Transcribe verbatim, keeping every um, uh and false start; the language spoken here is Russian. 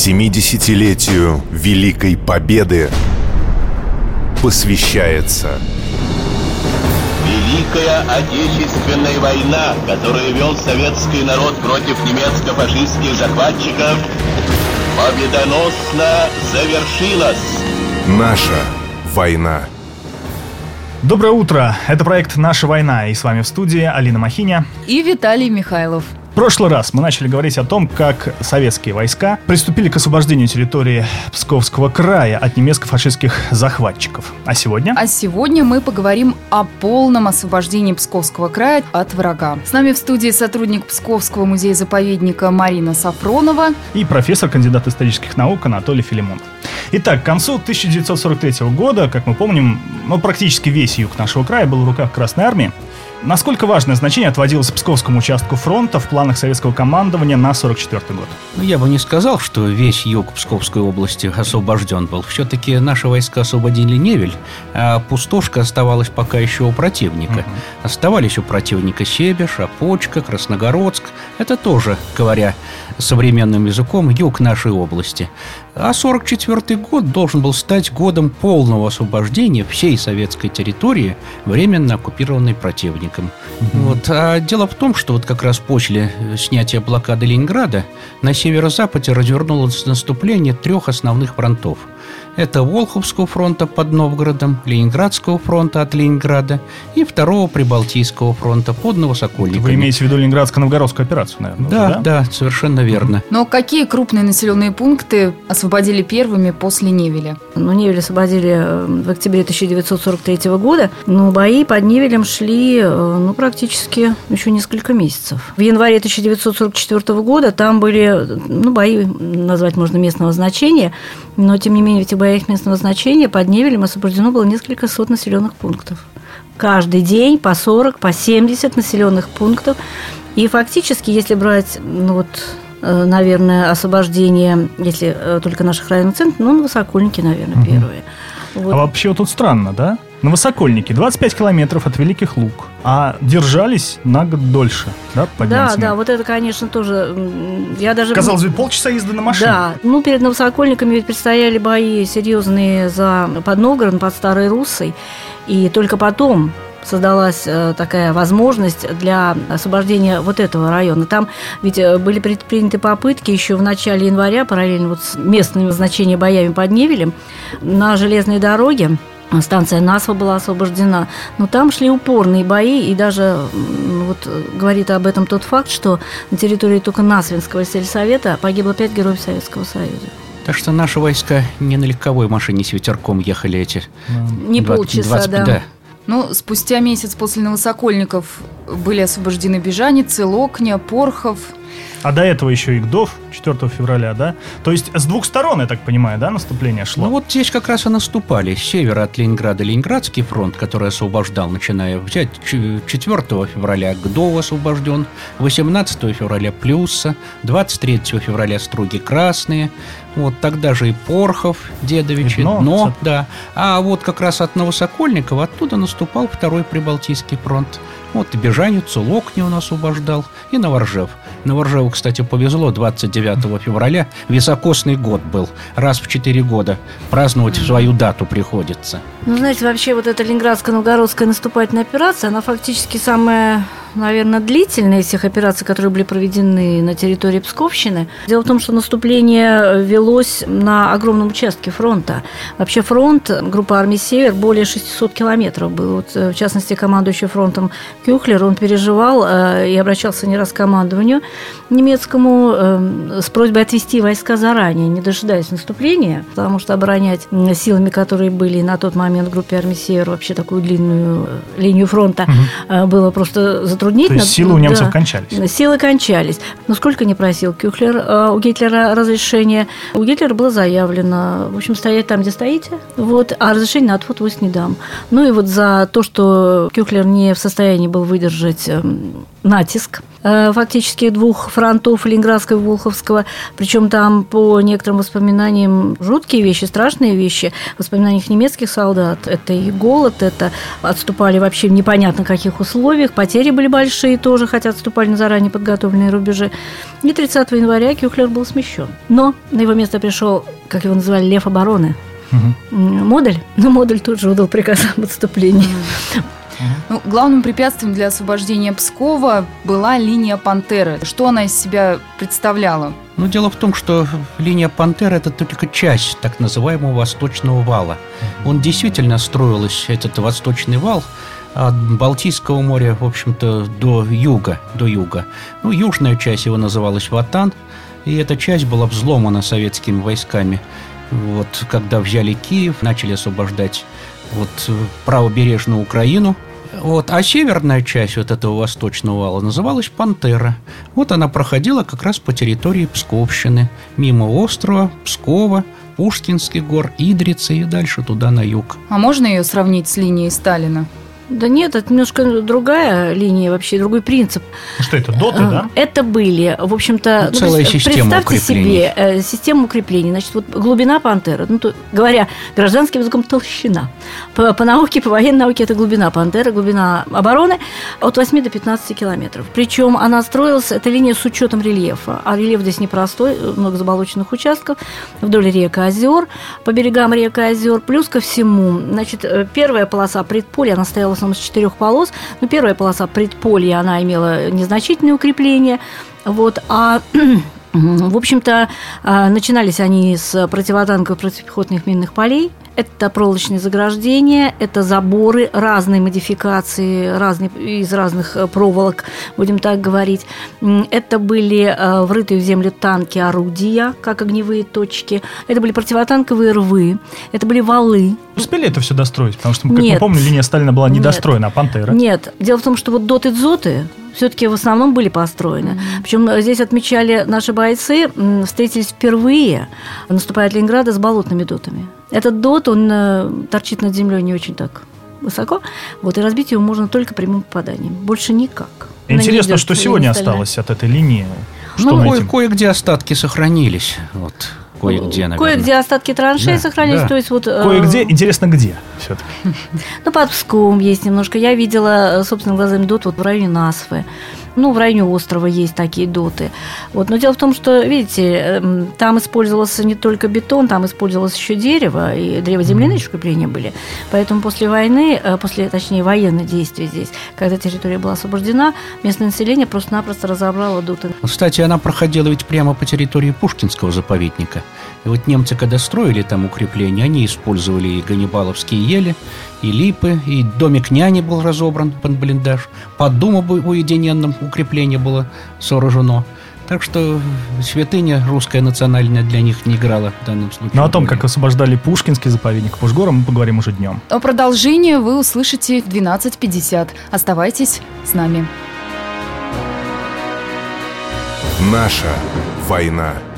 семидесятилетию Великой Победы посвящается Великая Отечественная война, которую вел советский народ против немецко-фашистских захватчиков, победоносно завершилась. Наша война. Доброе утро! Это проект «Наша война», и с вами в студии Алина Махиня и Виталий Михайлов. В прошлый раз мы начали говорить о том, как советские войска приступили к освобождению территории Псковского края от немецко-фашистских захватчиков. А сегодня? А сегодня мы поговорим о полном освобождении Псковского края от врага. С нами в студии сотрудник Псковского музея-заповедника Марина Сафронова и профессор, кандидат исторических наук Анатолий Филимонов. Итак, к концу тысяча девятьсот сорок третьего года, как мы помним, ну, практически весь юг нашего края был в руках Красной Армии. Насколько важное значение отводилось Псковскому участку фронта в планах советского командования на сорок четвёртый год? Ну, я бы не сказал, что весь юг Псковской области освобожден был. Все-таки наши войска освободили Невель, а пустошка оставалась пока еще у противника. Uh-huh. Оставались у противника Себеж, Опочка, Красногородск. Это тоже, говоря современным языком, юг нашей области. А сорок четвёртый год должен был стать годом полного освобождения всей советской территории, временно оккупированной противником. Mm-hmm. Вот. А дело в том, что вот как раз после снятия блокады Ленинграда на северо-западе развернулось наступление трех основных фронтов. Это Волховского фронта под Новгородом, Ленинградского фронта от Ленинграда и второго Прибалтийского фронта под Новосокольниками. Вы имеете в виду Ленинградско-Новгородскую операцию, наверное? Да, да, да, совершенно верно. Но какие крупные населенные пункты освободили первыми после Невеля? Ну, Невель освободили в октябре тысяча девятьсот сорок третьего года, но бои под Невелем шли, ну, практически еще несколько месяцев. В январе тысяча девятьсот сорок четвёртого года там были, ну, бои, назвать можно, местного значения, но, тем не менее, в этих боях местного значения под Невелем освобождено было несколько сот населенных пунктов. Каждый день по сорок, по семьдесят населенных пунктов. И фактически, если брать, ну вот, наверное, освобождение, если только наших районных центров, ну, Новосокольники, наверное, угу. первые. Вот. А вообще вот тут странно, да? Новосокольники, двадцать пять километров от Великих Луг, а держались на год дольше, да, под Да, немцами? да, вот это, конечно, тоже... Я даже... Казалось бы, полчаса езды на машине. Да, ну, перед Новосокольниками ведь предстояли бои серьезные за под Новгородом, под Старой Руссой, и только потом создалась такая возможность для освобождения вот этого района. Там ведь были предприняты попытки еще в начале января, параллельно вот с местными значениями боями под Невелем, на железной дороге. Станция Насва была освобождена. Но там шли упорные бои, и даже вот говорит об этом тот факт, что на территории только Насвинского сельсовета погибло пять героев Советского Союза. Так что наши войска не на легковой машине с ветерком ехали эти... Не полчаса, двадцать, да. да. Ну, спустя месяц после Новосокольников были освобождены Бежаницы, Локня, Порхов. А до этого еще и Гдов, четвёртого февраля, да? То есть с двух сторон, я так понимаю, да, наступление шло? Ну вот здесь как раз и наступали. С севера от Ленинграда Ленинградский фронт, который освобождал, начиная взять четвёртого февраля Гдов освобожден, восемнадцатого февраля Плюса, двадцать третьего февраля Струги Красные, вот тогда же и Порхов, Дедовичи, и Дно, Дно, да. А вот как раз от Новосокольников оттуда наступал второй Прибалтийский фронт. Вот и Бежаницу, Локню он освобождал, и Новоржев. Новоржеву, кстати, повезло, двадцать девятого февраля, високосный год был, раз в четыре года праздновать в свою дату приходится. Ну, знаете, вообще вот эта Ленинградско-Новгородская наступательная операция, она фактически самая, наверное, длительная из всех операций, которые были проведены на территории Псковщины. Дело в том, что наступление велось на огромном участке фронта. Вообще фронт, группа армий «Север», более шестьсот километров был. Вот, в частности, командующий фронтом Кюхлер, он переживал э, и обращался не раз к командованию немецкому э, с просьбой отвести войска заранее, не дожидаясь наступления, потому что оборонять силами, которые были на тот момент в группе армий «Север», вообще такую длинную линию фронта, угу. было просто затруднительно. То есть силы у немцев да, кончались? Силы кончались. Но сколько не просил Кюхлер э, у Гитлера разрешения, у Гитлера было заявлено, в общем, стоять там, где стоите, вот, а разрешение на отвод войск не дам. Ну и вот за то, что Кюхлер не в состоянии был выдержать натиск фактически двух фронтов, Ленинградского и Волховского. Причем там, по некоторым воспоминаниям, жуткие вещи, страшные вещи. В воспоминаниях немецких солдат это и голод, это отступали вообще в непонятно каких условиях, потери были большие тоже, хотя отступали на заранее подготовленные рубежи. И тридцатого января Кюхлер был смещен. Но на его место пришел, как его называли, лев обороны. Угу. Модуль. Но Модуль тут же выдал приказ об отступлении. Ну, главным препятствием для освобождения Пскова была линия Пантеры. Что она из себя представляла? Ну, дело в том, что линия Пантеры – это только часть так называемого Восточного вала. Он действительно строился, этот Восточный вал, от Балтийского моря, в общем-то, до юга, до юга. Ну, южная часть его называлась Ватан, и эта часть была взломана советскими войсками. Вот, когда взяли Киев, начали освобождать вот правобережную Украину. Вот, а северная часть вот этого Восточного вала называлась Пантера. Вот она проходила как раз по территории Псковщины, мимо острова, Пскова, Пушкинских гор, Идрицы и дальше туда на юг. А можно ее сравнить с линией Сталина? Да нет, это немножко другая линия, вообще другой принцип. Что это, доты, да? Это были, в общем-то... Ну, целая ну, система представьте укреплений. себе э, систему укреплений. Значит, вот глубина Пантеры, ну, то, говоря гражданским языком, толщина. По, по науке, по военной науке это глубина Пантеры, глубина обороны от восьми до пятнадцати километров. Причем она строилась, эта линия с учетом рельефа. А рельеф здесь непростой, много заболоченных участков, вдоль рек и озер, по берегам рек и озер. Плюс ко всему, значит, первая полоса предполья, она стояла в основном с четырех полос, но первая полоса предполья, она имела незначительное укрепление, вот, а в общем-то начинались они с противотанковых, противопехотных минных полей. Это проволочные заграждения, это заборы разной модификации, разные, из разных проволок, будем так говорить. Это были врытые в землю танки, орудия, как огневые точки. Это были противотанковые рвы, это были валы. Успели это все достроить? Потому что, как Нет. мы помним, линия Сталина была недостроена, а Пантера. Нет. Дело в том, что вот доты-дзоты все-таки в основном были построены. Mm-hmm. Причем здесь отмечали наши бойцы, встретились впервые, наступая от Ленинграда, с болотными дотами. Этот дот, он торчит над землей не очень так высоко, вот, и разбить его можно только прямым попаданием. Больше никак. Интересно, что сегодня осталось от этой линии? Что ну, найдем? кое-где остатки сохранились. Вот. Кое-где, наверное. Кое-где остатки траншей Да, сохранились. Да. То есть вот, Кое-где, интересно, где все-таки? Ну, под Псковом есть немножко. Я видела собственными глазами дот вот в районе Насвы. Ну, в районе острова есть такие доты. Вот. Но дело в том, что, видите, там использовался не только бетон, там использовалось еще дерево, и древоземляные еще укрепления были. Поэтому после войны, после, точнее, военных действий здесь, когда территория была освобождена, местное население просто-напросто разобрало доты. Кстати, она проходила ведь прямо по территории Пушкинского заповедника. И вот немцы, когда строили там укрепления, они использовали и ганнибаловские ели, и липы, и домик няни был разобран под блиндаж, под домом уединенным укрепление было сооружено. Так что святыня русская национальная для них не играла в данном случае. Но о том, как освобождали Пушкинский заповедник Пушгора, мы поговорим уже днем. О продолжении вы услышите в двенадцать пятьдесят. Оставайтесь с нами. Наша война.